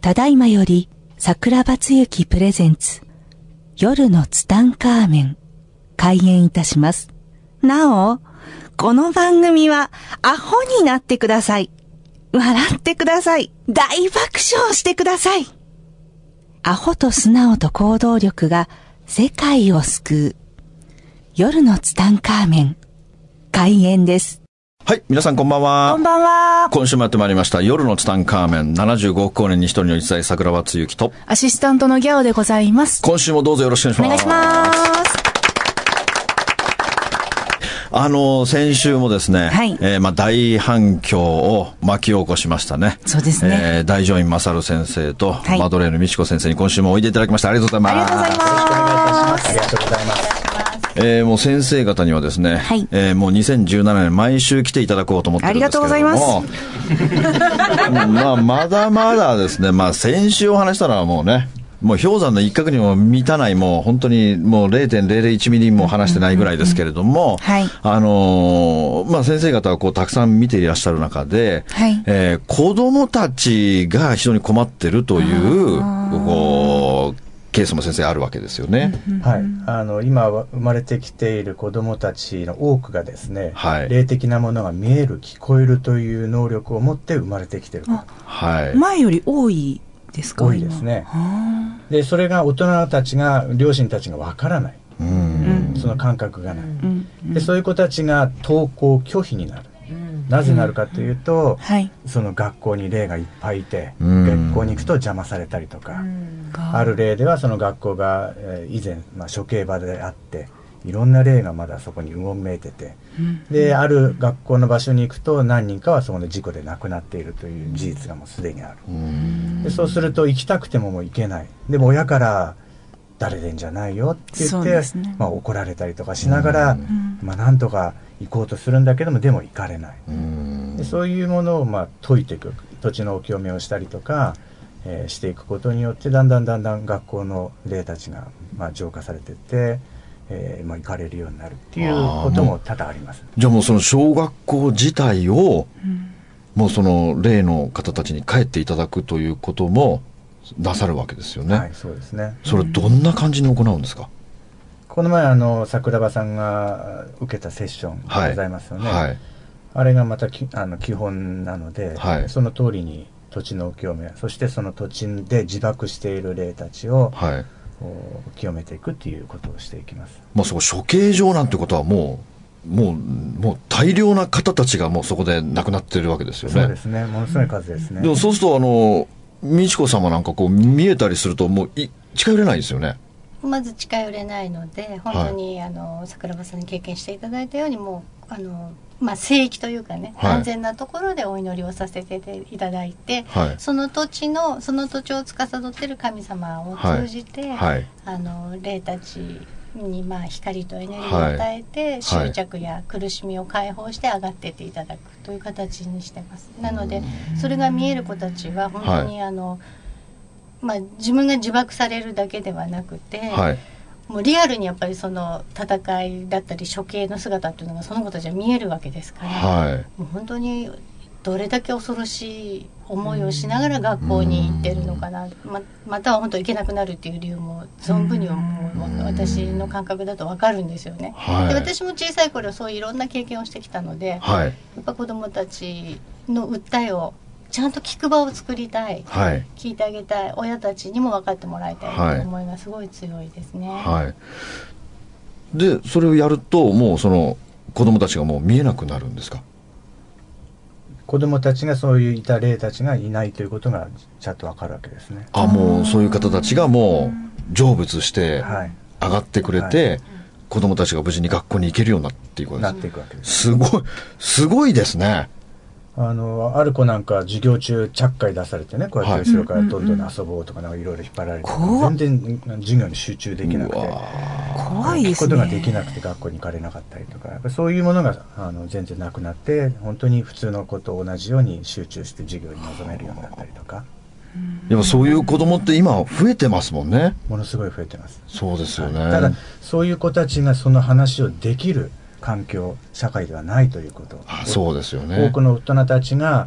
ただいまより桜庭つゆきプレゼンツ夜のツタンカーメン開演いたします。なお、この番組はアホになってください。笑ってください。大爆笑してください。アホと素直と行動力が世界を救う夜のツタンカーメン開演です。 はい、皆さんこんばんは。 こんばんは。 今週もやってまいりました夜のツタンカーメン。75億光年に一人の一代桜庭つゆきとアシスタントのギャオでございます。 今週もどうぞよろしくお願いします。 お願いします。先週もですね、 はい、 大反響を巻き起こしましたね。 そうですね。 大乗院勝先生と、 はい、 マドレーヌ美智子先生に今週もおいでいただきました。ありがとうございます。 ありがとうございます。よろしくお願いいたします。 ありがとうございます。 もう先生方にはですね、 はい、 もう2017年毎週来ていただこうと思ってるんですけれども、ありがとうございます。まだまだですね、先週お話したのはもうね、もう氷山の一角にも満たない、もう本当にもう 0.001 ミリも話してないぐらいですけれども、 はい、 先生方はこうたくさん見ていらっしゃる中で、 はい、 子供たちが非常に困ってるという、こう、ケースも先生あるわけですよね。 はい。今生まれてきている子どもたちの多くがですね、 はい、 霊的なものが見える、聞こえるという能力を持って生まれてきている。 はい。前より多いですか？ 多いですね。で、それが大人たちが、両親たちがわからない。その感覚がない。で、そういう子たちが登校拒否になる。なぜなるかというと、はい、その学校に霊がいっぱいいて、学校に行くと邪魔されたりとか、ある例ではその学校が、以前、処刑場であっていろんな霊がまだそこにうごめいてて、である学校の場所に行くと何人かはそこで事故で亡くなっているという事実がもうすでにある。でそうすると行きたくてももう行けない。でも親から誰でんじゃないよって言って、ね、怒られたりとかしながら、なんとか行こうとするんだけどもでも行かれない。でそういうものを解いていく、土地のお清めをしたりとか、していくことによってだんだん学校の霊たちが浄化されていって、行かれるようになるっていうことも多々あります。 じゃあもうその小学校自体を、もうその霊の方たちに帰っていただくということもなさるわけですよね。 はい、そうですね。 それどんな感じに行うんですか？ この前桜庭さんが受けたセッションがございますよね。 はい、 あれがまた基本なので、 はい、 その通りに土地のお清め、そしてその土地で自爆している霊たちを、はい、清めていくっていうことをしていきます。 もうそこ処刑場なんてことはもう大量な方たちがもうそこで亡くなってるわけですよね。 そうですね。ものすごい数ですね。 でもそうすると美智子様なんかこう見えたりするともう近寄れないですよね。 まず近寄れないので本当に、はい、桜庭さんに経験していただいたようにもう聖域というかね、はい、安全なところでお祈りをさせていただいて、はい、その土地を司っている神様を通じて、はいはい、霊たちに光とエネルギーを与えて、はい、執着や苦しみを解放して上がっていっていただくという形にしてます。なのでそれが見える子たちは本当に自分が自爆されるだけではなくて、はい、もうリアルにやっぱりその戦いだったり処刑の姿っていうのがその子たちは見えるわけですから、はい、もう本当にどれだけ恐ろしい思いをしながら学校に行ってるのかな、または本当行けなくなるっていう理由も存分に私の感覚だと分かるんですよね、はい、で私も小さい頃そういういろんな経験をしてきたので、はい、やっぱ子どもたちの訴えをちゃんと聞く場を作りたい、はい、聞いてあげたい、親たちにも分かってもらいたいという思いがすごい強いですね、はい、 でそれをやるともうその子どもたちがもう見えなくなるんですか？ 子どもたちがそういった霊たちがいないということがちゃんと分かるわけですね。 もうそういう方たちがもう成仏して上がってくれて、はい、子どもたちが無事に学校に行けるようになっていくわけです。 なっていくわけです。 すごいですね。 ある子なんか授業中ちゃっかい出されてね、こうやって後ろからどんどん遊ぼうとかいろいろ引っ張られて、全然授業に集中できなくて、 怖いですね。 聞くことができなくて学校に行かれなかったりとか、やっぱそういうものが全然なくなって、本当に普通の子と同じように集中して授業に臨めるようになったりとか。 でもそういう子供って今増えてますもんね。 ものすごい増えてます。 そうですよね。 ただそういう子たちがその話をできる環境社会ではないということ。 そうですよね。 多くの大人たちが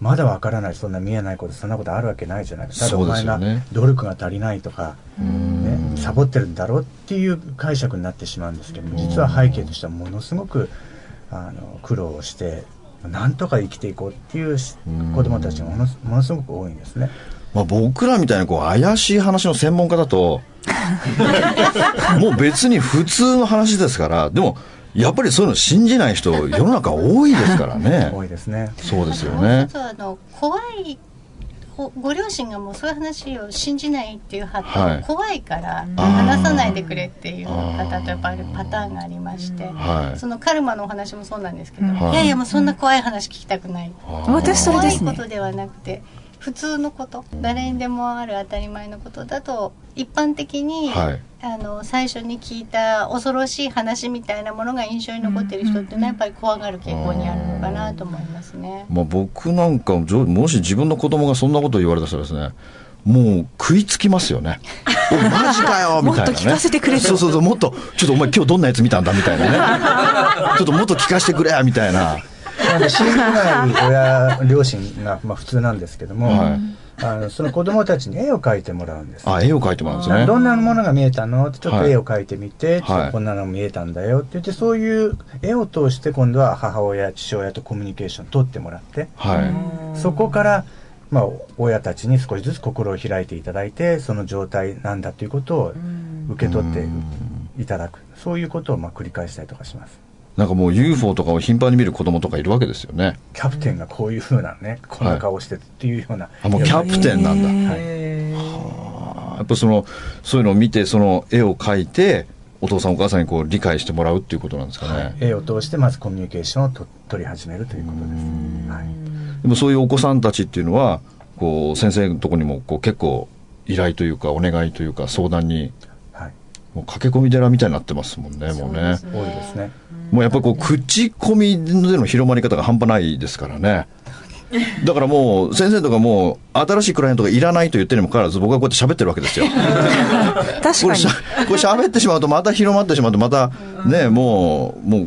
まだわからない、そんな見えないこと、そんなことあるわけないじゃないか、ただお前が努力が足りないとか、ね、サボってるんだろうっていう解釈になってしまうんですけども、実は背景としてはものすごく苦労をしてなんとか生きていこうっていう子どもたちがものすごく多いんですね。 僕らみたいな怪しい話の専門家だともう別に普通の話ですから。でもやっぱりそういうの信じない人世の中多いですからね。 多いですね。 そうですよね。 怖いご両親がもうそういう話を信じないっていう派と、はい、怖いから話さないでくれっていう方とやっぱりパターンがありまして、そのカルマのお話もそうなんですけど、いやいやもうそんな怖い話聞きたくない。 私それですね。 怖いことではなくて普通のこと、誰にでもある当たり前のことだと一般的に、最初に聞いた恐ろしい話みたいなものが印象に残っている人っていうのはやっぱり怖がる傾向にあるのかなと思いますね。 僕なんかもし自分の子供がそんなことを言われたらですね、もう食いつきますよね。マジかよみたいなね。もっと聞かせてくれと。そうもっとちょっとお前今日どんなやつ見たんだみたいなね。ちょっともっと聞かせてくれみたいな。 信じない両親が普通なんですけども、その子供たちに絵を描いてもらうんです。 絵を描いてもらうんですね。 どんなものが見えたのってちょっと絵を描いてみて、こんなの見えたんだよって言って、そういう絵を通して今度は母親父親とコミュニケーションを取ってもらって、そこから親たちに少しずつ心を開いていただいて、その状態なんだということを受け取っていただく、そういうことを繰り返したりとかします。 なんかもう UFO とかを頻繁に見る子供とかいるわけですよね。 キャプテンがこういう風なね、こんな顔してっていうような、 もうキャプテンなんだ。やっぱそういうのを見て、その絵を描いてお父さんお母さんに理解してもらうっていうことなんですかね。 絵を通してまずコミュニケーションを取り始めるということです。 でもそういうお子さんたちっていうのは先生のところにも結構依頼というかお願いというか相談に、もう駆け込み寺みたいになってますもんね。もうね、 多いですね。 もうやっぱり口コミでの広まり方が半端ないですからね。だからもう先生とかもう新しいクライアントがいらないと言ってるにもかかわらず、僕はこうやって喋ってるわけですよ。 確かにこれ喋ってしまうとまた広まってしまうとまたね、もう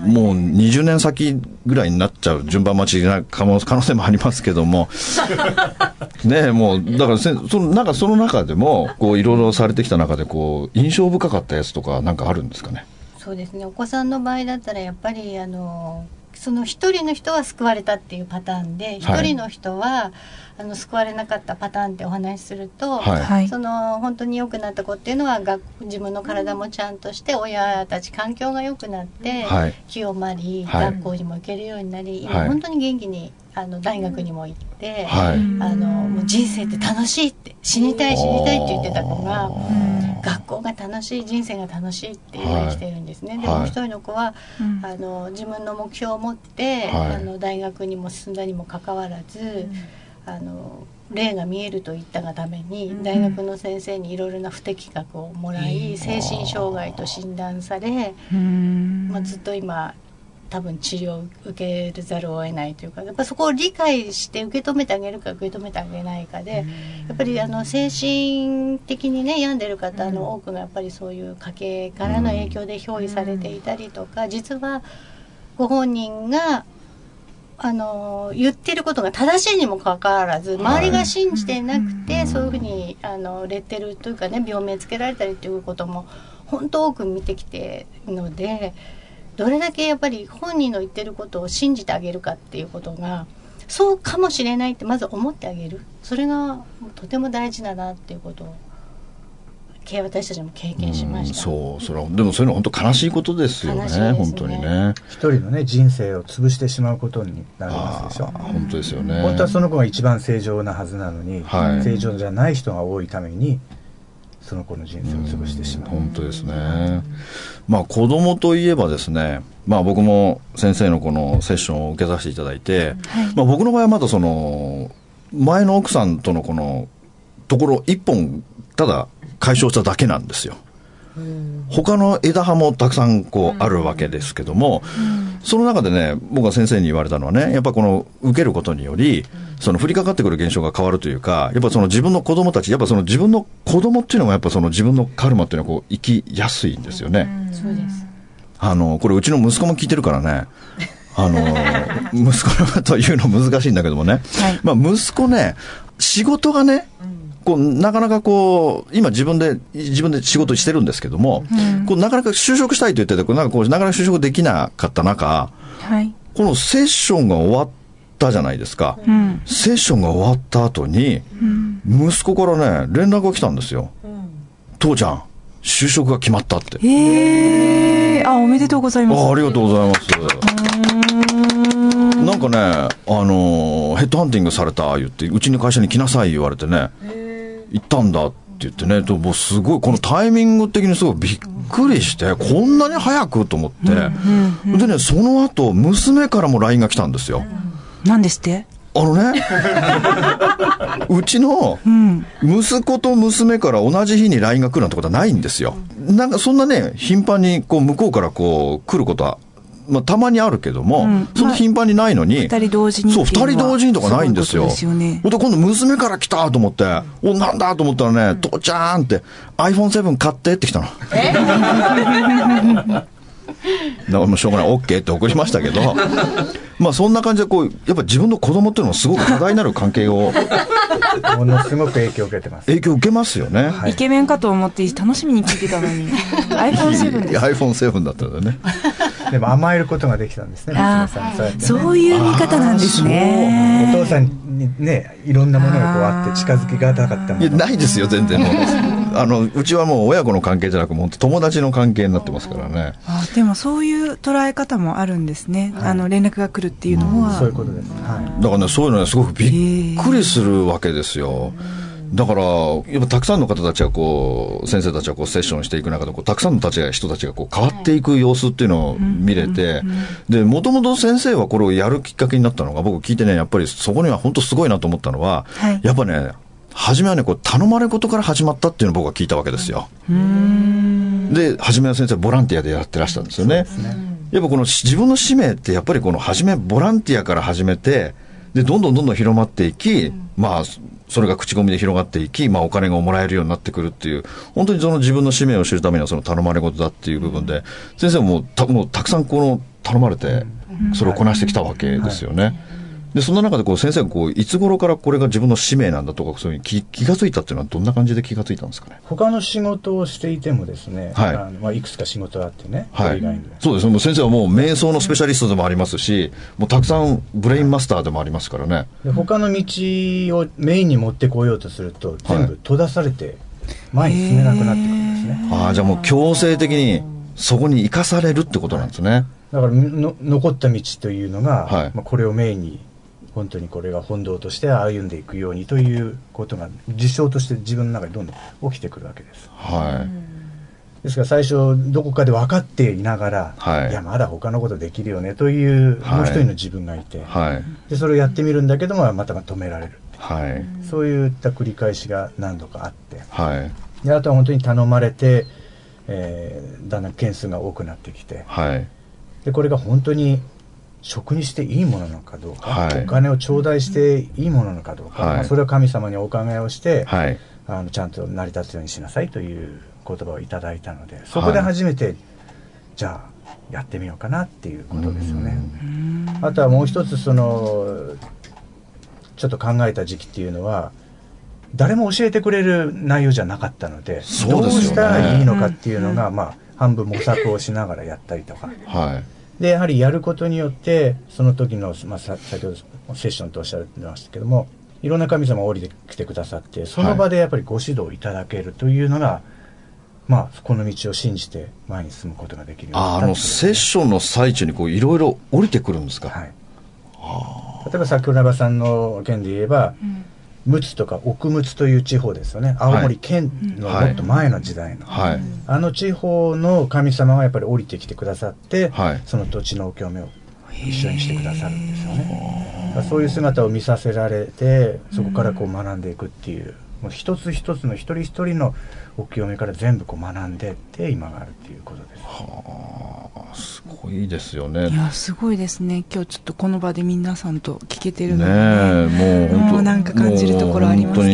20年先ぐらいになっちゃう順番待ちな可能性もありますけどもね、もうだからその中でもいろいろされてきた中で印象深かったやつとかなんかあるんですかね。 そうですね、お子さんの場合だったらやっぱりその一人の人は救われたっていうパターンで、一人の人は救われなかったパターンってお話しすると、その本当に良くなった子っていうのは自分の体もちゃんとして、親たち環境が良くなって、清まり、学校にも行けるようになり、今本当に元気に大学にも行って、もう人生って楽しいって、死にたいって言ってた子が、学校が楽しい、人生が楽しいって生きてるんですね。でもう一人の子は、自分の目標を持って、大学にも進んだにもかかわらず、霊が見えると言ったがために、大学の先生にいろいろな不適格をもらい、精神障害と診断され、ずっと今多分治療を受けざるを得ないというか、やっぱそこを理解して受け止めてあげるか受け止めてあげないかで、やっぱり精神的にね病んでる方の多くがやっぱりそういう家系からの影響で憑依されていたりとか、実はご本人が言ってることが正しいにもかかわらず、周りが信じてなくて、そういうふうにレッテルというかね、病名つけられたりということも本当多く見てきているので、どれだけやっぱり本人の言ってることを信じてあげるかっていうことが、そうかもしれないってまず思ってあげる、それがとても大事だなっていうことを私たちも経験しました。 でもそういうのは本当悲しいことですよね。本当にね、 一人のね人生を潰してしまうことになりますでしょ。 本当ですよね。 本当はその子が一番正常なはずなのに、正常じゃない人が多いためにその子の人生を潰してしまう。 本当ですね。子供といえばですね、僕も先生のこのセッションを受けさせていただいて、僕の場合はまだその前の奥さんとのこのところ一本ただ解消しただけなんですよ。他の枝葉もたくさんあるわけですけども、その中でね、僕が先生に言われたのはね、やっぱこの受けることによりその降りかかってくる現象が変わるというか、やっぱその自分の子供たち、やっぱその自分の子供っていうのもやっぱその自分のカルマっていうのは生きやすいんですよね。 そうです。 これうちの息子も聞いてるからね、 息子というの難しいんだけどもね、はい、息子ね、仕事がね、なかなか今自分で仕事してるんですけども、なかなか就職したいと言ってて、なかなか就職できなかった中、はい、このセッションが終わったじゃないですか。セッションが終わった後に、息子からね、連絡が来たんですよ。父ちゃん、就職が決まったって。 おめでとうございます。 ありがとうございます。なんかね、ヘッドハンティングされた言って、うちの会社に来なさい言われてね、行ったんだって言ってね、もうすごい、このタイミング的にすごいびっくりして、こんなに早くと思って、でね、その後、娘からも LINE が来たんですよ。 何ですって？ うちの息子と娘から同じ日に LINE が来るなんてことはないんですよ。なんかそんなね、頻繁に向こうから来ることは、たまにあるけども、そんな頻繁にないのに、 二人同時に。 そう、二人同時にとかないんですよ。今度娘から来たと思って、なんだと思ったらね、父ちゃんって iPhone7 買ってって来たの。だからもうしょうがない、OK って送りましたけど、そんな感じでやっぱ自分の子供っていうのはすごく多大なる関係をものすごく影響を受けてます。 影響を受けますよね、 イケメンかと思って楽しみに聞いてたのにiPhone7 です。 iPhone7 だったんだね。 でも甘えることができたんですね、娘さん。 そういう見方なんですね。 お父さんにね、いろんなものがあって近づきがたかったもの。 いや、ないですよ、全然。もううちはもう親子の関係じゃなく、もう友達の関係になってますからね。 でもそういう捉え方もあるんですね。連絡が来るっていうのは、 そういうことです。 だからね、そういうのはすごくびっくりするわけですよ。だからやっぱたくさんの方たちが先生たちがセッションしていく中でたくさんの人たちが変わっていく様子っていうのを見れて、でもともと先生はこれをやるきっかけになったのが、僕聞いてね、やっぱりそこには本当すごいなと思ったのは、やっぱね、初めはね、頼まれ事から始まったっていうのを僕は聞いたわけですよ。で、初めは先生ボランティアでやってらしたんですよね。やっぱ自分の使命ってやっぱり初めボランティアから始めて、でどんどん広まっていき、それが口コミで広がっていき、お金がもらえるようになってくるっていう、本当に自分の使命を知るためには頼まれ事だっていう部分で、先生ももうたくさん頼まれてそれをこなしてきたわけですよね。でその中で先生がいつ頃からこれが自分の使命なんだとか、そういう気がついたっていうのはどんな感じで気がついたんですかね。 他の仕事をしていてもですね、いくつか仕事があってね、 そうですね。もう先生はもう瞑想のスペシャリストでもありますし、もうたくさんブレインマスターでもありますからね。 で他の道をメインに持ってこようとすると全部閉ざされて前に進めなくなってくるんですね。 じゃあもう強制的にそこに生かされるってことなんですね。 だから残った道というのが、これをメインに本当にこれが本道として歩んでいくようにということが事象として自分の中にどんどん起きてくるわけです。ですから最初どこかで分かっていながら、いやまだ他のことできるよねというもう一人の自分がいて、でそれをやってみるんだけどもまた止められる、そういった繰り返しが何度かあって、であとは本当に頼まれて、だんだん件数が多くなってきて、でこれが本当に職にしていいものなのかどうか、お金を頂戴していいものなのかどうか、それは神様にお伺いをして、ちゃんと成り立つようにしなさいという言葉をいただいたので、そこで初めて、じゃあやってみようかなっていうことですよね。あとはもう一つちょっと考えた時期っていうのは、誰も教えてくれる内容じゃなかったので、どうしたらいいのかっていうのが、半分模索をしながらやったりとか、でやはりやることによってその時の、先ほどセッションとおっしゃってましたけども、いろんな神様が降りてきてくださって、その場でやっぱりご指導いただけるというのが、この道を信じて前に進むことができるようになった。 セッションの最中にいろいろ降りてくるんですか。例えば先ほど中さんの件で言えば、陸奥とか奥陸奥という地方ですよね。青森県のもっと前の時代の、あの地方の神様がやっぱり降りてきてくださって、その土地のお経目を一緒にしてくださるんですよね。そういう姿を見させられて、そこから学んでいくっていう、もう一つ一つの一人一人のお清めから全部学んでいって今があるっていうことです。 すごいですよね。 いやすごいですね。今日ちょっとこの場で皆さんと聞けてるので、 もうなんか感じるところありますけど、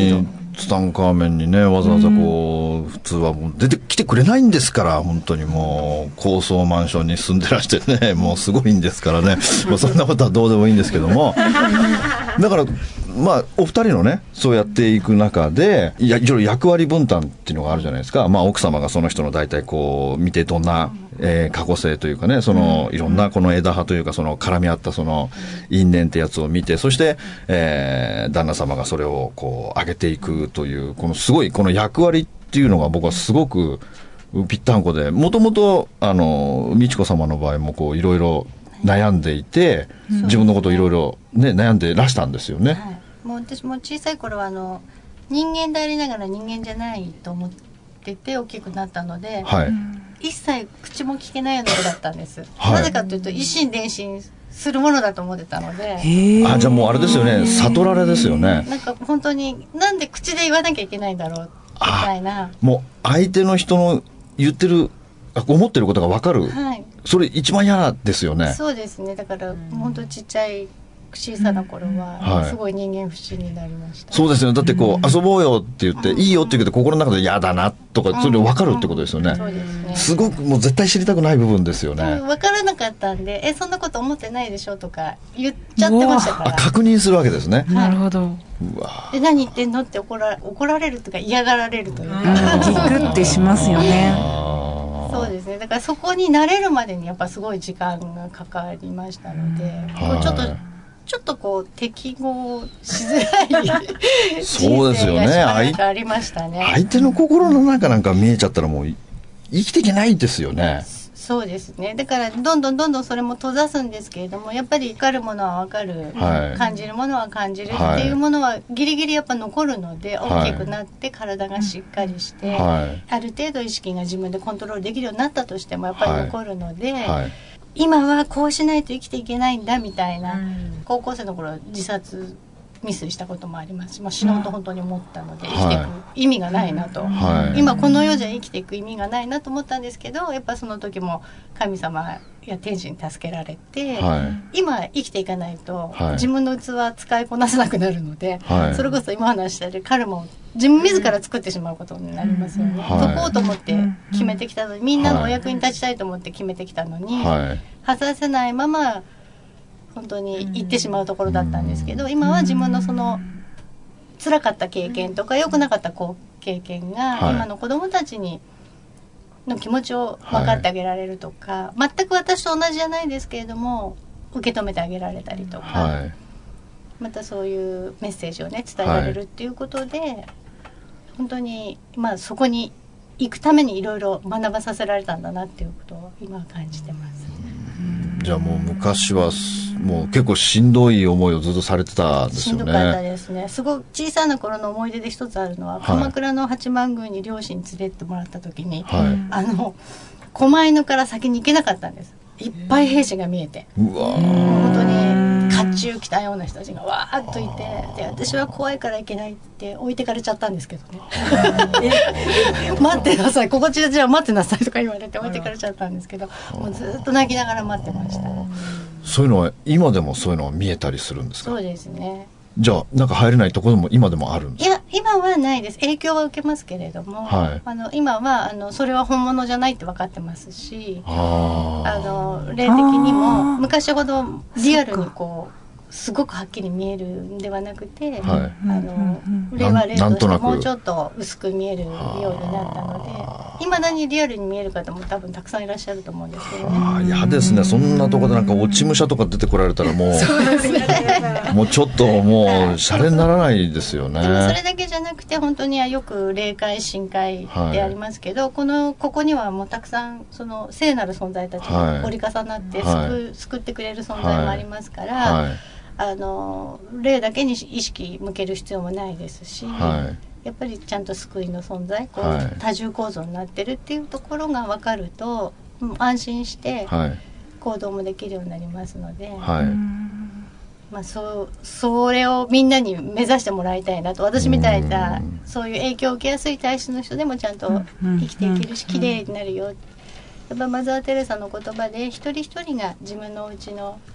ツタンカーメンにね、わざわざこう、普通はもう出てきてくれないんですから、本当にもう、高層マンションに住んでらしてね、もうすごいんですからね、もうそんなことはどうでもいいんですけども、だから、まあ、お二人のね、そうやっていく中で、いろいろ役割分担っていうのがあるじゃないですか。まあ、奥様がその人の大体こう、見てどんな、過去性というかね、その、いろんなこの枝葉というか、その絡み合ったその、因縁ってやつを見て、そして、旦那様がそれをこう、上げていくという、このすごい、この役割っていうのが僕はすごく、ぴったんこで、もともと、美智子様の場合もこう、いろいろ悩んでいて、自分のことをいろいろね、悩んでらしたんですよね。 はい、もう私も小さい頃は人間でありながら人間じゃないと思ってて大きくなったので、 はい、 一切口も聞けないような子だったんです、 はい、 なぜかというと一心伝心するものだと思ってたので、 あ、じゃあもうあれですよね、悟られですよね。 なんか本当になんで口で言わなきゃいけないんだろうみたいな、 もう相手の人の言ってる思ってることが分かる、 はい、 それ一番嫌ですよね。 そうですね。だから本当ちっちゃい小さな頃はすごい人間不信になりました、 そうですよね。だってこう、遊ぼうよって言って、いいよって言うけど心の中で嫌だなとか、それで分かるってことですよね、 そうですね。 すごくもう絶対知りたくない部分ですよね。 分からなかったんで、そんなこと思ってないでしょとか言っちゃってましたから。 確認するわけですね。 なるほど。 うわ、 で何言ってんのって怒られるとか嫌がられるというか、 ギクってしますよね。 そうですね。だからそこに慣れるまでにやっぱすごい時間がかかりましたので、ちょっとこう適合しづらいそうですよね。 人生がしばらくありましたね。 相手の心の中なんか見えちゃったらもう生きていけないですよね。 そうですね。だからどんどんそれも閉ざすんですけれども、やっぱり分かるものは分かる、はい、感じるものは感じるっていうものはギリギリやっぱ残るので、大きくなって体がしっかりして、はい、ある程度意識が自分でコントロールできるようになったとしてもやっぱり残るので、はいはい、今はこうしないと生きていけないんだみたいな、高校生の頃自殺未遂したこともありますし、死のうと本当に思ったので、生きていく意味がないなと、はい、今この世じゃ生きていく意味がないなと思ったんですけど、やっぱその時も神様や天使に助けられて、はい、今生きていかないと、はい、自分の器使いこなせなくなるので、はい、それこそ今話したようにカルマを自ら作ってしまうことになりますよね、はい、解こうと思って決めてきたのに、みんなのお役に立ちたいと思って決めてきたのに、はい、果たせないまま本当に行ってしまうところだったんですけど、今は自分のその辛かった経験とか良くなかった経験が今の子どもたちにの気持ちを分かってあげられるとか、はい、全く私と同じじゃないですけれども受け止めてあげられたりとか、はい、またそういうメッセージをね伝えられるっていうことで、はい、本当にまあそこに行くためにいろいろ学ばさせられたんだなっていうことを今は感じてます。 じゃあもう昔はもう結構しんどい思いをずっとされてたんですよね。 しんどかったですね。すごい小さな頃の思い出で一つあるのは、はい、鎌倉の八幡宮に両親に連れてってもらった時に、はい、狛犬から先に行けなかったんです。いっぱい兵士が見えて、うわ本当に甲冑着たような人たちがわーっといて、で私は怖いから行けないって置いてかれちゃったんですけどね待ってなさい、ここじゃ待ってなさいとか言われて置いてかれちゃったんですけど、もうずっと泣きながら待ってました。 そういうのは今でもそういうのは見えたりするんですか？ そうですね。 じゃあなんか入れないところも今でもあるんですか？ いや今はないです。影響は受けますけれども、はい、今はそれは本物じゃないって分かってますし、霊的にも昔ほどリアルにこうすごくはっきり見えるんではなくて、はい、霊は霊としてもうちょっと薄く見えるようになったので、今何リアルに見える方も多分たくさんいらっしゃると思うんですけどね。 嫌ですね。そんなところでなんか落ち武者とか出てこられたらもうそうですねもうちょっともうシャレにならないですよね。 でもそれだけじゃなくて本当にはよく霊界深海でありますけど、はい、ここにはもうたくさんその聖なる存在たちが折り重なって救ってくれる存在もありますから、はいはい、霊だけに意識向ける必要もないですし、はい、やっぱりちゃんと救いの存在はい、多重構造になってるっていうところが分かると、安心して行動もできるようになりますので、はい、まあ、それをみんなに目指してもらいたいなと。私みたいなそういう影響を受けやすい体質の人でもちゃんと生きていけるし綺麗になるよ。やっぱマザー・テレサの言葉で一人一人が自分のうちの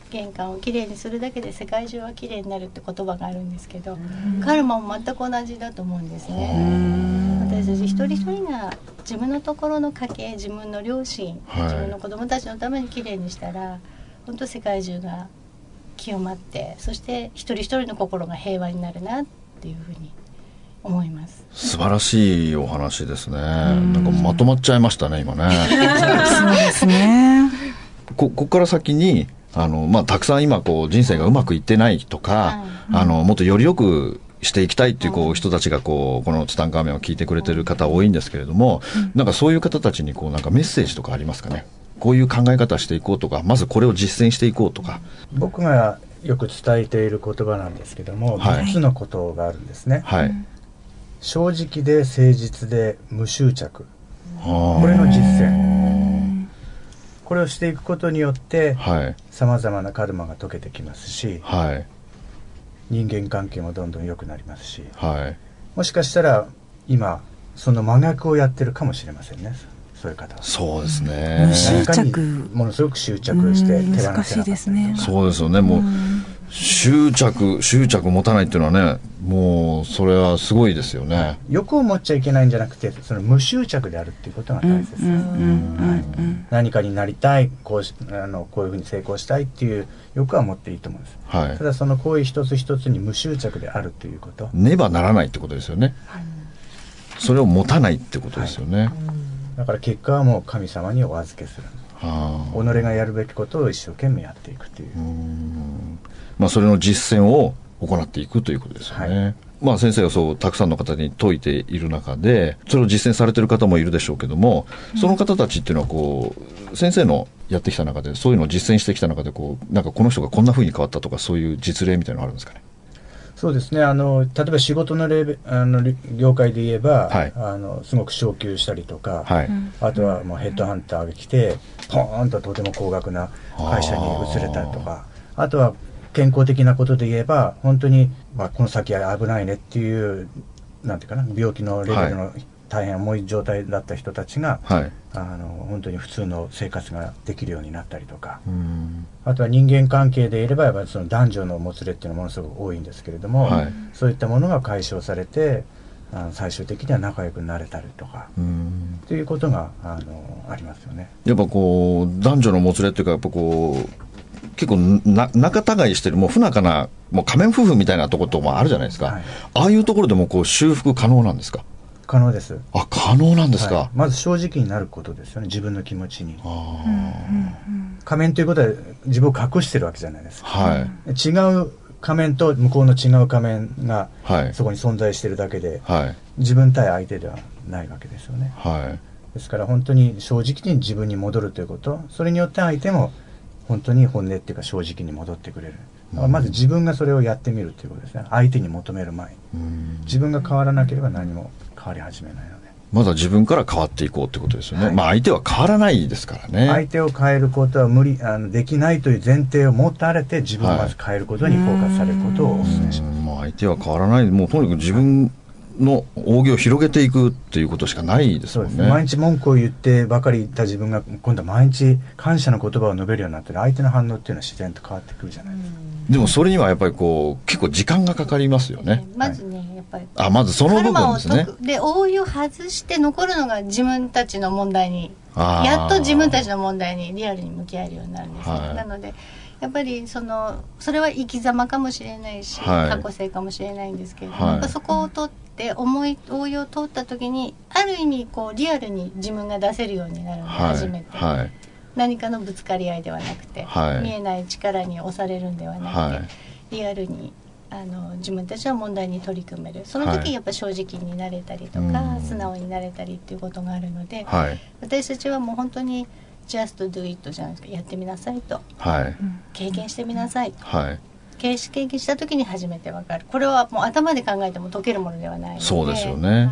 玄関をきれいにするだけで世界中はきれいになるって言葉があるんですけど、カルマも全く同じだと思うんですね。私たち一人一人が自分のところの家系、自分の両親、自分の子供たちのためにきれいにしたら、本当世界中が清まって、そして一人一人の心が平和になるなっていうふうに思います。 素晴らしいお話ですね。なんかまとまっちゃいましたね今ね。 そうですね。 ここから先にたくさん今人生がうまくいってないとか、もっとよりよくしていきたいっていう人たちがこのツタンカーメンを聞いてくれてる方多いんですけれども、なんかそういう方たちになんかメッセージとかありますかね。こういう考え方していこうとか、まずこれを実践していこうとか。 僕がよく伝えている言葉なんですけども、3つのことがあるんですね。はい、正直で誠実で無執着、これの実践、これをしていくことによってさまざまなカルマが解けてきますし、はい、人間関係もどんどん良くなりますし、はい、もしかしたら今その真逆をやってるかもしれませんね。そういう方は。 そうですね。 無執着、 ものすごく執着して手放せなかったりとか。難しいですね。 そうですよね。もう執着持たないっていうのはね、もうそれはすごいですよね。 欲を持っちゃいけないんじゃなくて、その無執着であるっていうことが大切です。何かになりたい、こういうふうに成功したいっていう欲は持っていいと思うんです。はい、ただその行為一つ一つに無執着であるということ。 ねばならないってことですよね。はい、それを持たないってことですよね。はい、 だから結果はもう神様にお預けする。己がやるべきことを一生懸命やっていくという。 それの実践を行っていくということですよね。はい、先生がそうたくさんの方に説いている中で、それを実践されている方もいるでしょうけども、その方たちっていうのは先生のやってきた中で、そういうのを実践してきた中でなんかこの人がこんな風に変わったとか、そういう実例みたいなのあるんですかね。 そうですね。例えば仕事の業界で言えば、はい、すごく昇給したりとか、はい、あとはもうヘッドハンターが来てポーンととても高額な会社に移れたりとか、あとは健康的なことで言えば本当に、この先は危ないねっていうなんていうかな、病気のレベルの大変重い状態だった人たちが、はい、本当に普通の生活ができるようになったりとか、あとは人間関係でいればやっぱりその男女のもつれっていうのはものすごく多いんですけれども、はい、そういったものが解消されて最終的には仲良くなれたりとかということがありますよね。 やっぱ男女のもつれっていうか、やっぱ結構仲違いしてるもう不仲なもう仮面夫婦みたいなところともあるじゃないですか。はい、ああいうところでも修復可能なんですか。 可能です。 可能なんですか。はい、 まず正直になることですよね。自分の気持ちに。仮面ということは自分を隠してるわけじゃないですか。はい、違う仮面と向こうの違う仮面がそこに存在してるだけで、はい、自分対相手ではないわけですよね。はい、ですから本当に正直に自分に戻るということ、それによって相手も本当に本音っていうか正直に戻ってくれる。まず自分がそれをやってみるということですね。相手に求める前に。自分が変わらなければ何も変わり始めないので。 まずは自分から変わっていこうということですよね。はい、相手は変わらないですからね。 相手を変えることはできないという前提を持たれて、自分をまず変えることにフォーカスされることをお勧めします。 相手は変わらない。もうとにかく自分の扇を広げていくっていうことしかないですもんね。 そうですね。毎日文句を言ってばかりいた自分が今度は毎日感謝の言葉を述べるようになって、相手の反応っていうのは自然と変わってくるじゃないですか。 でもそれにはやっぱり結構時間がかかりますよね。 まずね、やっぱりまずその部分ですね。 で、覆いを外して残るのが自分たちの問題に、やっと自分たちの問題にリアルに向き合えるようになるんですね。はい、なのでやっぱりそれは生き様かもしれないし、はい、過去性かもしれないんですけれども、はい、そこを取って覆いを通った時にある意味リアルに自分が出せるようになるので、初めて、はい、何かのぶつかり合いではなくて、はい、見えない力に押されるんではなくて、はい、リアルに自分たちの問題に取り組める。その時やっぱ正直になれたりとか、はい、素直になれたりっていうことがあるので、はい、私たちはもう本当にjust do it じゃないですか。やってみなさいと、はい、経験してみなさいと、はい、経験した時に初めて分かる。これはもう頭で考えても解けるものではないので、 そうですよね。 はい、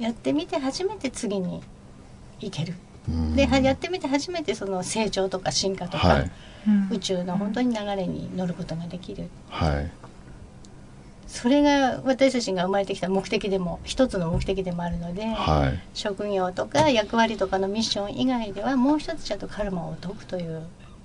やってみて初めて次に行ける。でやってみて初めてその成長とか進化とか、はい、宇宙の本当に流れに乗ることができる。はい、それが私たちが生まれてきた目的でも一つの目的でもあるので、はい、職業とか役割とかのミッション以外ではもう一つちゃんとカルマを解くという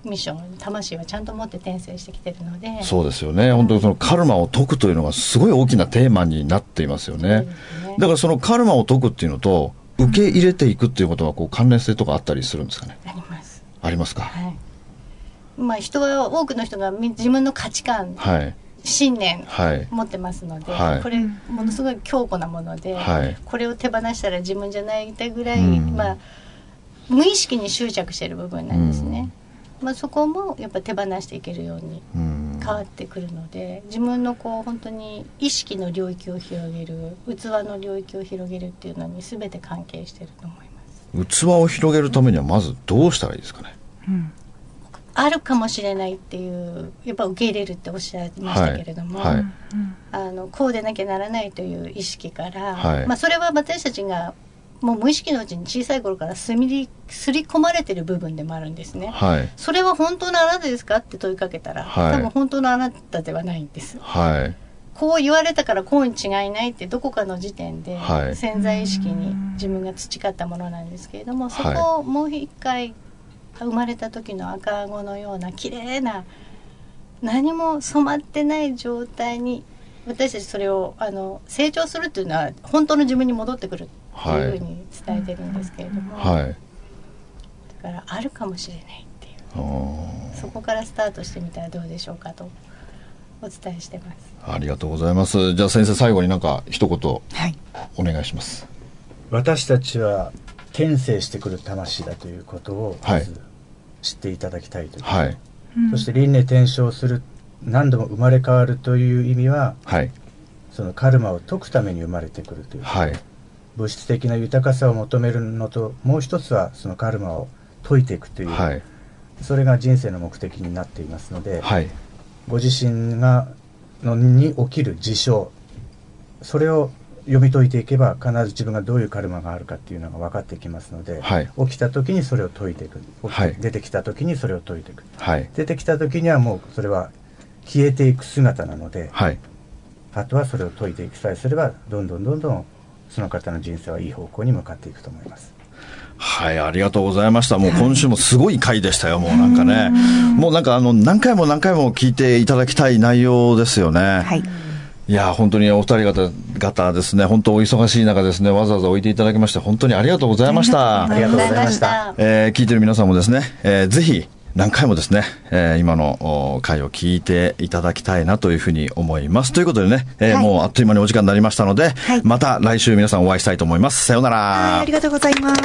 ミッション、魂はちゃんと持って転生してきてるので。 そうですよね。本当にそのカルマを解くというのがすごい大きなテーマになっていますよね。だからそのカルマを解くっていうのと受け入れていくっていうことはこう関連性とかあったりするんですかね。 あります。 ありますか。 はい。まあ多くの人が自分の価値観、はい、信念持ってますので、はい、これものすごい強固なもので、はい、これを手放したら自分じゃないぐらい、まあ無意識に執着している部分なんですね。まあそこもやっぱ手放していけるように変わってくるので、自分のこう本当に意識の領域を広げる、器の領域を広げるっていうのに全て関係していると思います。 器を広げるためにはまずどうしたらいいですかね。 あるかもしれないっていうやっぱ受け入れるっておっしゃいましたけれども、はいはい、こうでなきゃならないという意識から、はい、まあ、それは私たちがもう無意識のうちに小さい頃からすり込まれてる部分でもあるんですね、はい、それは本当のあなたですかって問いかけたら、はい、多分本当のあなたではないんです、はい、こう言われたからこうに違いないってどこかの時点で潜在意識に自分が培ったものなんですけれども、そこをもう一回生まれた時の赤子のような綺麗な何も染まってない状態に私たちそれを成長するっていうのは本当の自分に戻ってくるっていうふうに伝えてるんですけれども、はい、だからあるかもしれないっていう、そこからスタートしてみたらどうでしょうかとお伝えしてます。 ありがとうございます。じゃあ先生最後になんか一言お願いします。はい、 私たちは転生してくる魂だということをまず知っていただきたいという、はい、そして輪廻転生する、何度も生まれ変わるという意味は、はい、そのカルマを解くために生まれてくるという、はい、物質的な豊かさを求めるのと、もう一つはそのカルマを解いていくという、はい、それが人生の目的になっていますので、はい、ご自身に起きる事象、それを読み解いていけば必ず自分がどういうカルマがあるかっていうのが分かってきますので、はい、起きた時にそれを解いていく、はい、出てきた時にそれを解いていく、はい、出てきた時にはもうそれは消えていく姿なので、はい、あとはそれを解いていくさえすればどんどんその方の人生はいい方向に向かっていくと思います。 はい、ありがとうございました。もう今週もすごい回でしたよ。もうなんかね、もうなんか何回も聞いていただきたい内容ですよね。はい、いや本当にお二人方ですね、本当お忙しい中ですね、わざわざおいていただきまして本当にありがとうございました。 ありがとうございました。 聞いてる皆さんもですね、ぜひ何回もですね、今の回を聞いていただきたいなというふうに思います。ということでね、はい、もうあっという間にお時間になりましたので、はい、また来週皆さんお会いしたいと思います。さようなら。 はい、ありがとうございます。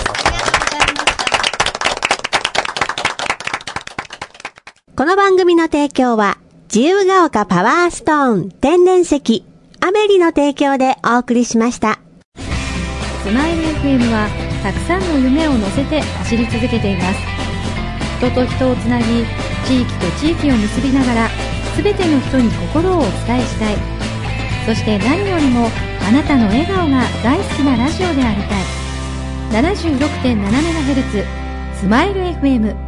この番組の提供は自由が丘パワーストーン天然石アメリの提供でお送りしました。 スマイル FM はたくさんの夢を乗せて走り続けています。人と人をつなぎ、地域と地域を結びながら全ての人に心をお伝えしたい。そして何よりもあなたの笑顔が大好きなラジオでありたい。 76.7MHz スマイル FM